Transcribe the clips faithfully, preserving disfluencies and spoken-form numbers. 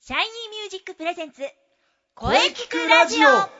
シャイニーミュージックプレゼンツ声聞くラジオ。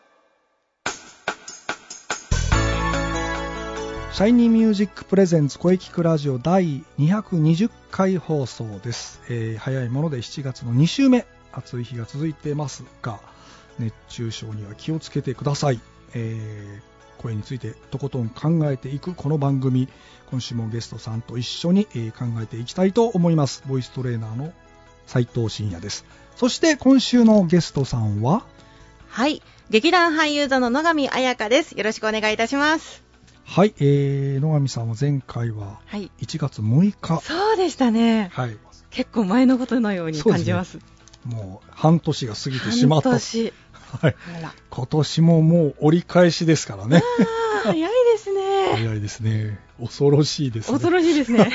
シャイニーミュージックプレゼンツ声聞くラジオだいにひゃくにじゅっかい放送です、えー、早いものでしちがつのに週目、暑い日が続いてますが熱中症には気をつけてください、えー、声についてとことん考えていくこの番組、今週もゲストさんと一緒に、えー、考えていきたいと思います。ボイストレーナーの斉藤真也です。そして今週のゲストさんは、 はい、劇団俳優座の野上彩香です。よろしくお願いいたします。 はい、えー、野上さんは前回はいちがつむいか、 はい、そうでしたね、はい、結構前のことのように感じます。 もう半年が過ぎてしまった。 半年、 はい、今年ももう折り返しですからね。 あ早いですね。 早いですね。恐ろしいですね。 恐ろしいですね。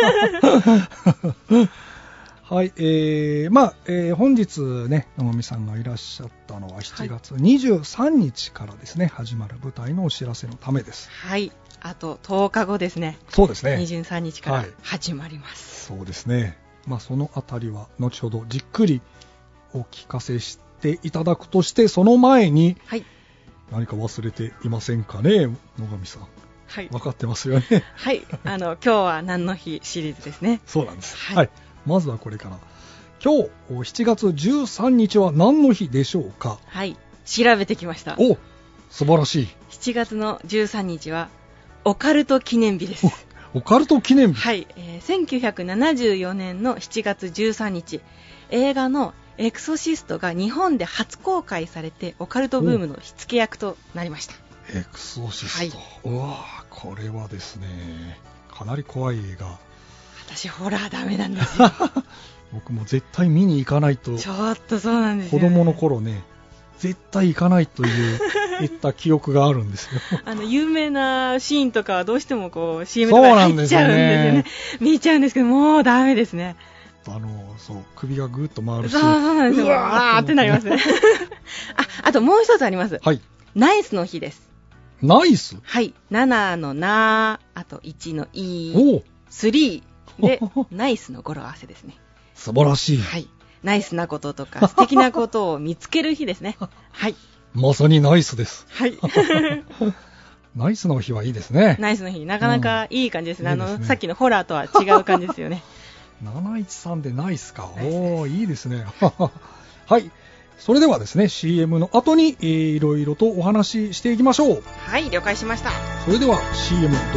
はい、えー、まあ、えー、本日ね、野上さんがいらっしゃったのはしちがつにじゅうさんにちからですね、はい、始まる舞台のお知らせのためです。 はい、あととおかごですね。 そうですね。 にじゅうさんにちから始まります。 はい、そうですね。まあ、そのあたりは後ほどじっくりお聞かせしていただくとして、その前に何か忘れていませんかね、野上さん。はい、分かってますよね。 はい、あの今日は何の日シリーズですね。 そうなんです。はい、はい、まずはこれから。今日しちがつじゅうさんにちは何の日でしょうか。 はい、調べてきました。 お、素晴らしい。 しちがつのじゅうさんにちはオカルト記念日です。 オカルト記念日。 はい、えー、せんきゅうひゃくななじゅうよねんのしちがつじゅうさんにち、映画のエクソシストが日本で初公開されてオカルトブームの火付け役となりました。 エクソシスト、はい、うわこれはですね、かなり怖い映画。 私ホラーダメなんですよ。 僕も絶対見に行かないと。 ちょっとそうなんですよ、 ね、子供の頃ね、絶対行かないという言った記憶があるんですよ。 あの有名なシーンとかはどうしてもこう シーエム とか入っちゃうんですよね。見ちゃうんですけど、もうダメですね。 あのそう首がぐっと回るし、 そうそうなんですよ。うわーってなりますね。あ、あともう一つあります。 はい。 ナイスの日です。 ナイス。 はい。ななのな、あといちのい、スリーでナイスの語呂合わせですね。 素晴らしい。 はい。ナイスなこととか素敵なことを見つける日ですね。はい。 まさにナイスです。 はい。 ナイスの日はいいですね。 ナイスの日、なかなかいい感じですね。うん、あの、いいですね。さっきのホラーとは違う感じですよね。 なないちさんでナイスか。おー、いいですね。はい。それではですね、シーエム の後に、えー、いろいろとお話ししていきましょう。 はい、了解しました。 それでは シーエム どうぞ。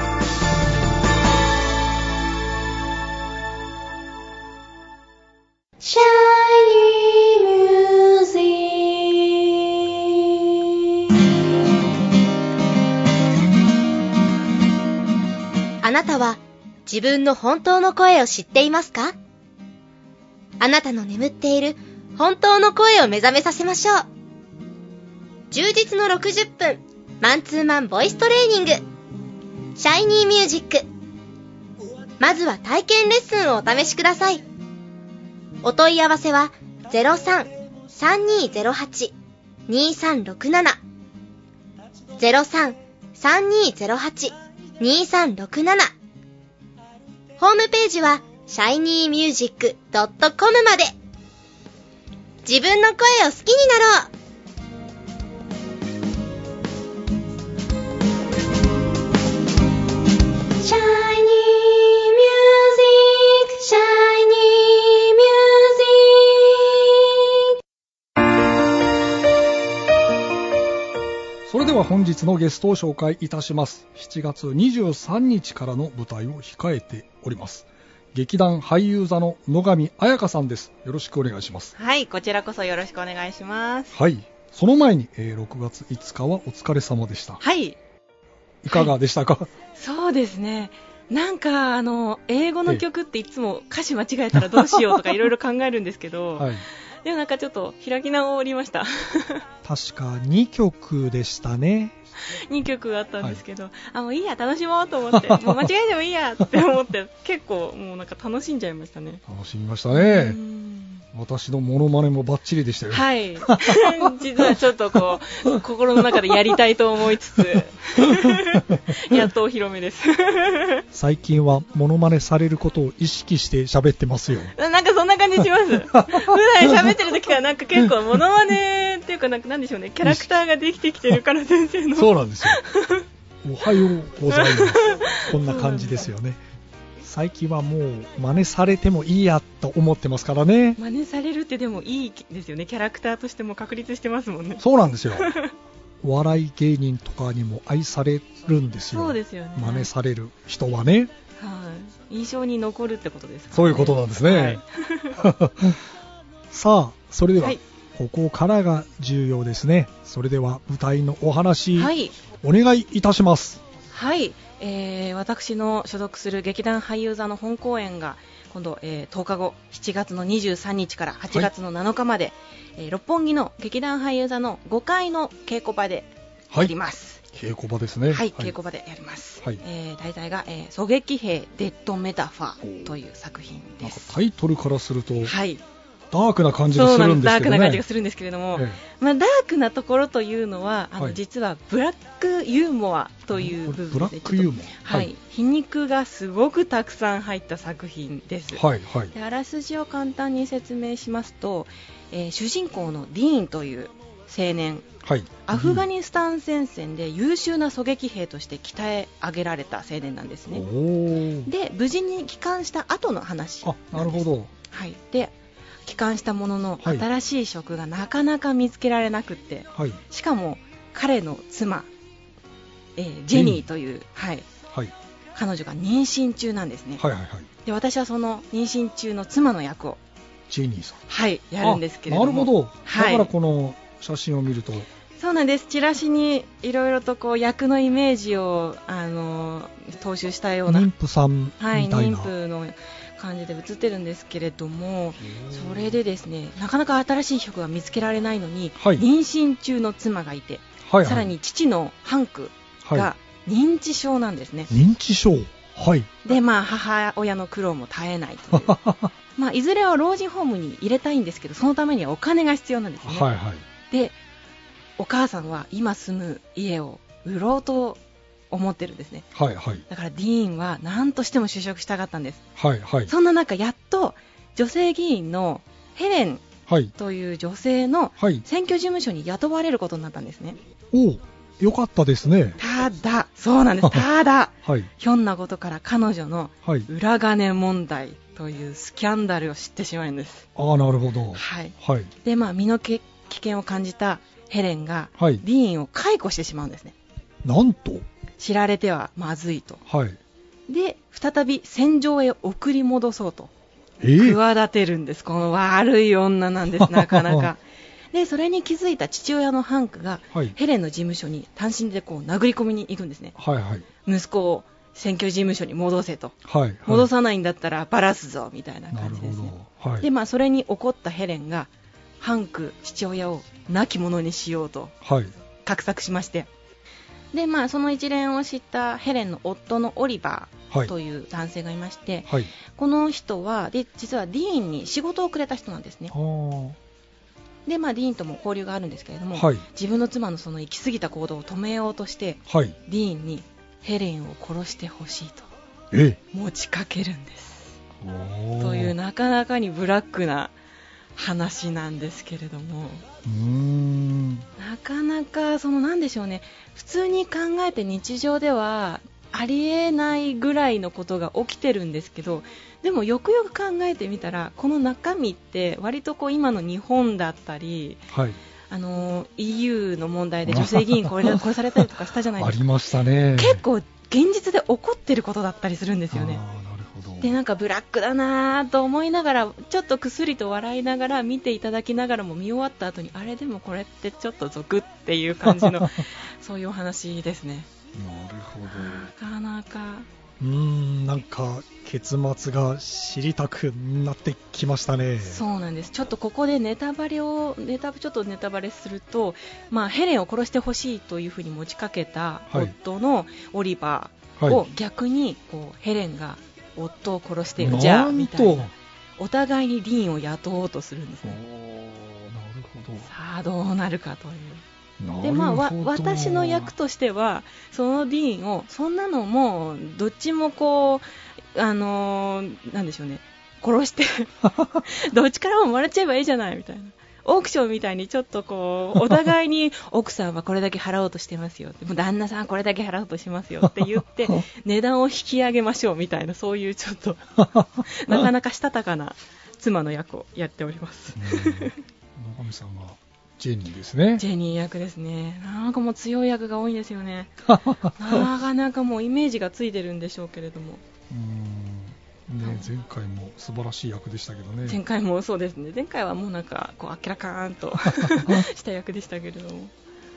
シャイニーミュージック。あなたは自分の本当の声を知っていますか？あなたの眠っている本当の声を目覚めさせましょう。充実のろくじゅっぷんマンツーマンボイストレーニング、シャイニーミュージック。まずは体験レッスンをお試しください。お問い合わせは ゼロさん さんにーゼロはち にーさんろくなな ゼロさん さんにーゼロはち にーさんろくなな。ホームページは シャイニーミュージックドットコム まで。自分の声を好きになろう。シャイニーミュージック、シャイニーミュージック。それでは本日のゲストを紹介いたします。しちがつにじゅうさんにちからの舞台を控えております。劇団俳優座の野上彩香さんです。よろしくお願いします。 はい、こちらこそよろしくお願いします。 はい、その前に、えー、ろくがついつかはお疲れ様でした。 はい、 いかがでしたか？はい、 そうですね、なんかあの英語の曲っていつも歌詞間違えたらどうしようとかいろいろ考えるんですけど、はい、でもなんかちょっと開き直りました。 確かにきょくでしたね。 にきょくあったんですけど、はい、あもういいや、楽しもうと思って、もう間違えてもいいやって思って結構もうなんか楽しんじゃいましたね。 楽しみましたね。 私のモノマネもバッチリでしたよ。 はい。実はちょっとこう、心の中でやりたいと思いつつ、やっとお披露目です。 最近はモノマネされることを意識して喋ってますよ。 なんかそんな感じします。普段喋ってる時からなんか結構モノマネっていうかなんかなんでしょうね、キャラクターができてきてるから先生の。 そうなんですよ。おはようございます。こんな感じですよね。最近はもう真似されてもいいやと思ってますからね。 真似されるってでもいいですよね。キャラクターとしても確立してますもんね。 そうなんですよ。お笑い芸人とかにも愛されるんですよ。 そうですよね。 真似される人はね。 はい、印象に残るってことですかね。 そういうことなんですね。はい、さあ、それでは、はい、ここからが重要ですね。それでは舞台のお話、はい、お願いいたします。 はい、えー、私の所属する劇団俳優座の本公演が今度、えー、とおかごしちがつのにじゅうさんにちからはちがつのなのかまで、はい、えー、六本木の劇団俳優座のごかいの稽古場でやります。 はい、稽古場ですね。 はい、稽古場でやります。はい、えー、題材が、えー、狙撃兵デッドメタファーという作品です。 なんかタイトルからすると、 はい、 ダークな感じがするんですけどね。 ダークな感じがするんですけれども、ええ、まあ、ダークなところというのはあの、はい、実はブラックユーモアという部分で、 ブラックユーモア、はい、皮肉がすごくたくさん入った作品です。 はいはい、 であらすじを簡単に説明しますと、えー、主人公のディーンという青年、はい、アフガニスタン戦線で優秀な狙撃兵として鍛え上げられた青年なんですね。で無事に帰還した後の話なんです。 あ、なるほど。 はい、で帰還したものの、はい、新しい職がなかなか見つけられなくって、はい、しかも彼の妻、えー、ジェニーという、はいはい、彼女が妊娠中なんですね。はいはいはい、で私はその妊娠中の妻の役をジェニーさん、 はい、やるんですけれども。 なるほど、はい、だからこの写真を見るとそうなんです。チラシにいろいろとこう役のイメージをあの踏襲したような妊婦さんみたいな、はい、 妊婦の感じで写ってるんですけれども、それでですね、なかなか新しい職が見つけられないのに、はい、妊娠中の妻がいて、はいはい、さらに父のハンクが認知症なんですね。 認知症、はい、 で、まあ、母親の苦労も絶えないというまあ、いずれは老人ホームに入れたいんですけど、そのためにはお金が必要なんですね。はいはい、でお母さんは今住む家を売ろうと思ってるんですね。はいはい、だからディーンは何としても就職したかったんです。はいはい、そんな中やっと女性議員のヘレンという女性の選挙事務所に雇われることになったんですね。 お、よかったですね。 ただそうなんですただ、はい、ひょんなことから彼女の裏金問題というスキャンダルを知ってしまうんです。 ああ、なるほど。 はいはい、で、まあ、身の危険を感じたヘレンがディーンを解雇してしまうんですね。 なんと知られてはまずいと、はい、で再び戦場へ送り戻そうと企てるんです。この悪い女なんですなかなかでそれに気づいた父親のハンクが、はい、ヘレンの事務所に単身でこう殴り込みに行くんですね。はいはい、息子を選挙事務所に戻せと、はいはい、戻さないんだったらバラすぞみたいな感じですね。はい、で、まあ、それに怒ったヘレンがハンク父親を亡き者にしようと画策しまして、はい、で、まあ、その一連を知ったヘレンの夫のオリバーという男性がいまして、はい、この人はで実はディーンに仕事をくれた人なんですね。で、まあ、ディーンとも交流があるんですけれども、はい、自分の妻のその行き過ぎた行動を止めようとして、はい、ディーンにヘレンを殺してほしいと持ちかけるんです。というなかなかにブラックな話なんですけれども、うーんなかなかそのなんでしょうね、普通に考えて日常ではありえないぐらいのことが起きてるんですけど、でもよくよく考えてみたらこの中身って割とこう今の日本だったり、はい、あの イーユー の問題で女性議員これ殺されたりとかしたじゃないですか。 ありましたね。 結構現実で起こってることだったりするんですよね。で、なんかブラックだなと思いながらちょっとくすりと笑いながら見ていただきながらも見終わった後にあれでもこれってちょっとゾクっていう感じのそういうお話ですね。 なるほど。 なかなかうーんなんか結末が知りたくなってきましたね。 そうなんです。ちょっとここでネタバレをネタちょっとネタバレすると、まあ、ヘレンを殺してほしいというふうに持ちかけた夫のオリバーを逆にこうヘレンが夫を殺してよ、じゃあみたいなお互いにディーンを雇おうとするんですね。 おなるほど。 さあどうなるかという。でまあ、わ私の役としてはそのディーンをそんなのもうどっちもこうあのー、なんでしょうね殺してどっちからももらっちゃえばいいじゃないみたいなオークションみたいにちょっとこうお互いに奥さんはこれだけ払おうとしてますよもう旦那さんこれだけ払おうとしますよって言って値段を引き上げましょうみたいなそういうちょっとなかなかしたたかな妻の役をやっております野上さんがジェニーですね。 ジェニー役ですね。なんかもう強い役が多いんですよね。なかなかもうイメージがついてるんでしょうけれども。 うーん、ね、前回も素晴らしい役でしたけどね。 前回もそうですね。前回はもうなんかこう明らかーんとした役でしたけれども、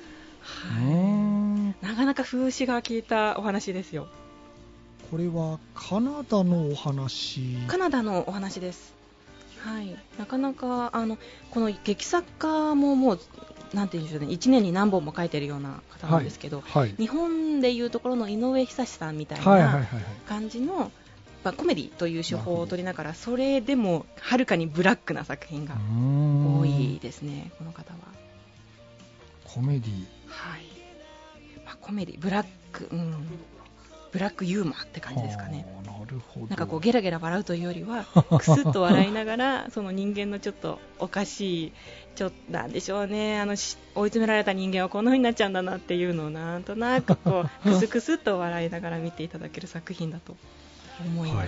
はい、なかなか風刺が効いたお話ですよ。 これはカナダのお話。 カナダのお話です。はい、なかなかあのこの劇作家ももうなんていうんでしょうね、いちねんに何本も書いてるような方なんですけど、はいはい、日本でいうところの井上久志さんみたいな感じの、まあ、コメディという手法を取りながらそれでもはるかにブラックな作品が多いですね。この方はコメディ、 はい、まあ、コメディブラック、うん、ブラックユーモアって感じですかね。 なるほど。 なんかこうゲラゲラ笑うというよりはクスッと笑いながらその人間のちょっとおかしいちょっとなんでしょうね、あのし追い詰められた人間はこんな風になっちゃうんだなっていうのをなんとなくこうクスクスっと笑いながら見ていただける作品だと思います、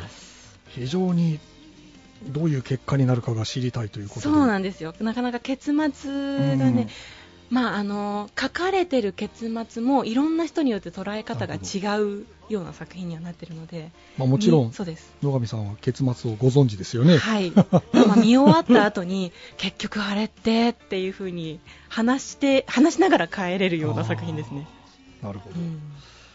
はい、非常にどういう結果になるかが知りたいということで。 そうなんですよ。なかなか結末がね、まあ、あの書かれてる結末もいろんな人によって捉え方が違うような作品にはなっているので、 まあ、もちろんそうです。 野上さんは結末をご存知ですよね。 はい、まあ、見終わった後に結局あれってっていう風に話して話しながら帰れるような作品ですね。 なるほど、うん、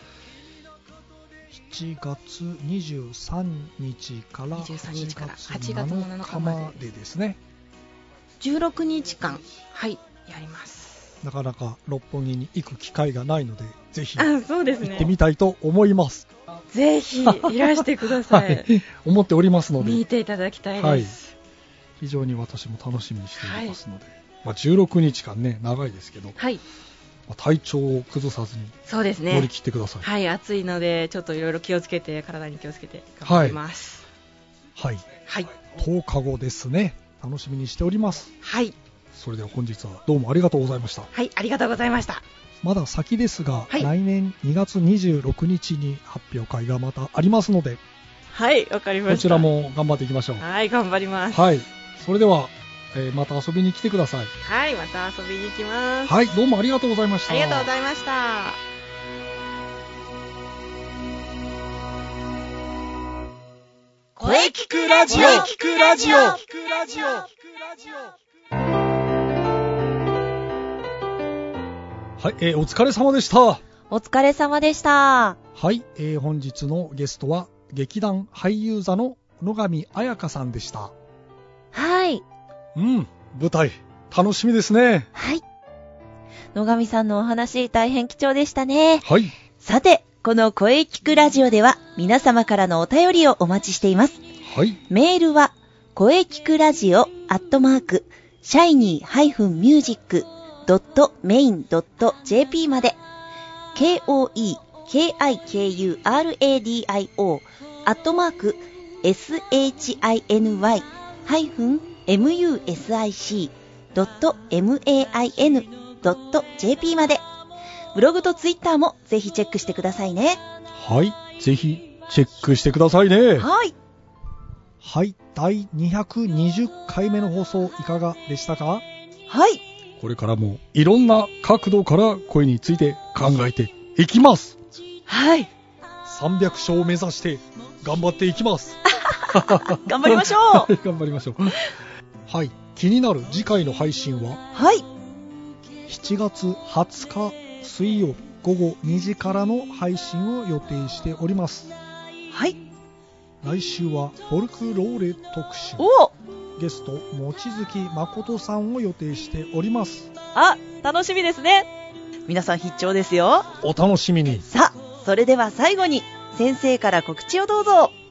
しちがつにじゅうさんにちからはちがつなのかまでですね。 じゅうろくにちかん、はい、やります。 なかなか六本木に行く機会がないのでぜひあ、そうですね、 行ってみたいと思います。 ぜひいらしてください、はい、 思っておりますので見ていただきたいです、 はい、非常に私も楽しみにしておりますので、はい、まあ、じゅうろくにちかんね長いですけど、はい、まあ、体調を崩さずにそうですね、 乗り切ってください。 はい、暑いのでちょっといろいろ気をつけて体に気をつけて頑張ります。 はい、はい、とおかごですね。楽しみにしております。 はい、 それでは本日はどうもありがとうございました。 はい、ありがとうございました。 まだ先ですが、 はい、 来年にがつにじゅうろくにちに発表会がまたありますので、 はい、わかりました。 こちらも頑張っていきましょう。 はい、頑張ります。 はい、それでは、えー、また遊びに来てください。 はい、また遊びに行きます。 はい、どうもありがとうございました。 ありがとうございました。 声聞くラジオ、声聞くラジオ、聞くラジオ、聞くラジオ。 はい、えー、お疲れ様でした。 お疲れ様でした。 はい、えー、本日のゲストは劇団俳優座の野上彩香さんでした。 はい。 うん、舞台楽しみですね。 はい。野上さんのお話大変貴重でしたね。 はい。 さて、この声聞くラジオでは皆様からのお便りをお待ちしています。 はい。 メールは声聞くラジオアットマークシャイニーミュージックドットメインドットジェーピー まで ケーオーイーケーアイケーユーアールエーディーアイオー アットマーク シャイニー ミュージック ドットメイン ドット ジェーピー まで。ブログとツイッターもぜひチェックしてくださいね。 はい、ぜひチェックしてくださいね。 はい。 はい、だいにひゃくにじゅっかいめの放送いかがでしたか？ はい。 これからもいろんな角度から声について考えていきます。 はい。 さんびゃくしょうを目指して頑張っていきます。 頑張りましょう。 頑張りましょう。はい、気になる次回の配信は、 はい。 しちがつはつか水曜日ごごにじからの配信を予定しております。 はい。 来週はフォルクローレ特集。 おゲスト望月誠さんを予定しております。 あ、楽しみですね。皆さん必聴ですよ。 お楽しみに。 さあ、それでは最後に先生から告知をどうぞ。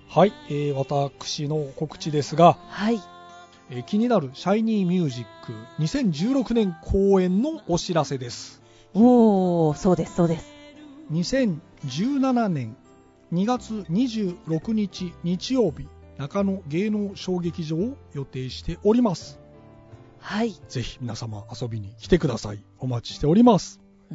はい、えー、私の告知ですが、 はい、 えー、気になるシャイニーミュージックにせんじゅうろくねん公演のお知らせです。 おー、そうですそうです。 にせんじゅうななねんにがつにじゅうろくにち日曜日、中野芸能小劇場を予定しております。 はい、 ぜひ皆様遊びに来てください。お待ちしております。 うん、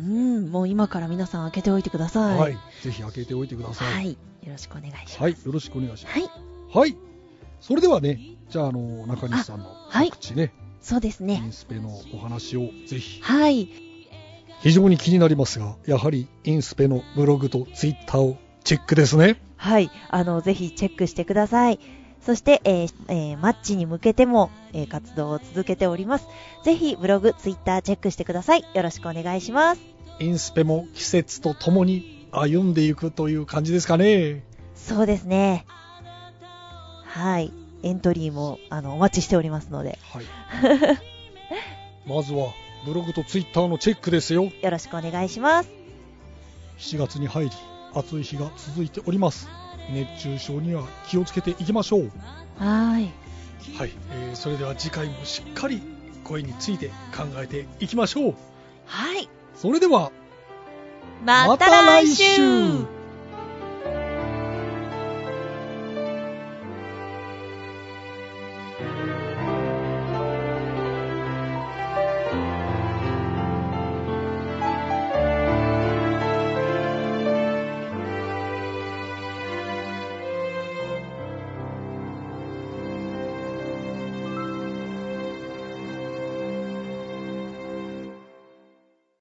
もう今から皆さん開けておいてください。 はい、ぜひ開けておいてください。 はい、よろしくお願いします。 はい、よろしくお願いします。 はい、 はい、それではね、じゃあ、あの中西さんの告知ね、はい、 そうですね、 インスペのお話をぜひ。 はい、 非常に気になりますが、やはりインスペのブログとツイッターをチェックですね。 はい、あのぜひチェックしてください。そして、えーえー、マッチに向けても、えー、活動を続けております。ぜひブログ、ツイッターチェックしてください。よろしくお願いします。 インスペも季節とともに歩んでいくという感じですかね。 そうですね。はい、エントリーもあのお待ちしておりますので、 はい、まずはブログとツイッターのチェックですよ。 よろしくお願いします。 しちがつに入り暑い日が続いております。熱中症には気をつけていきましょう。 はい、 はい、えー、それでは次回もしっかり声について考えていきましょう。 はい、 それではまた来週。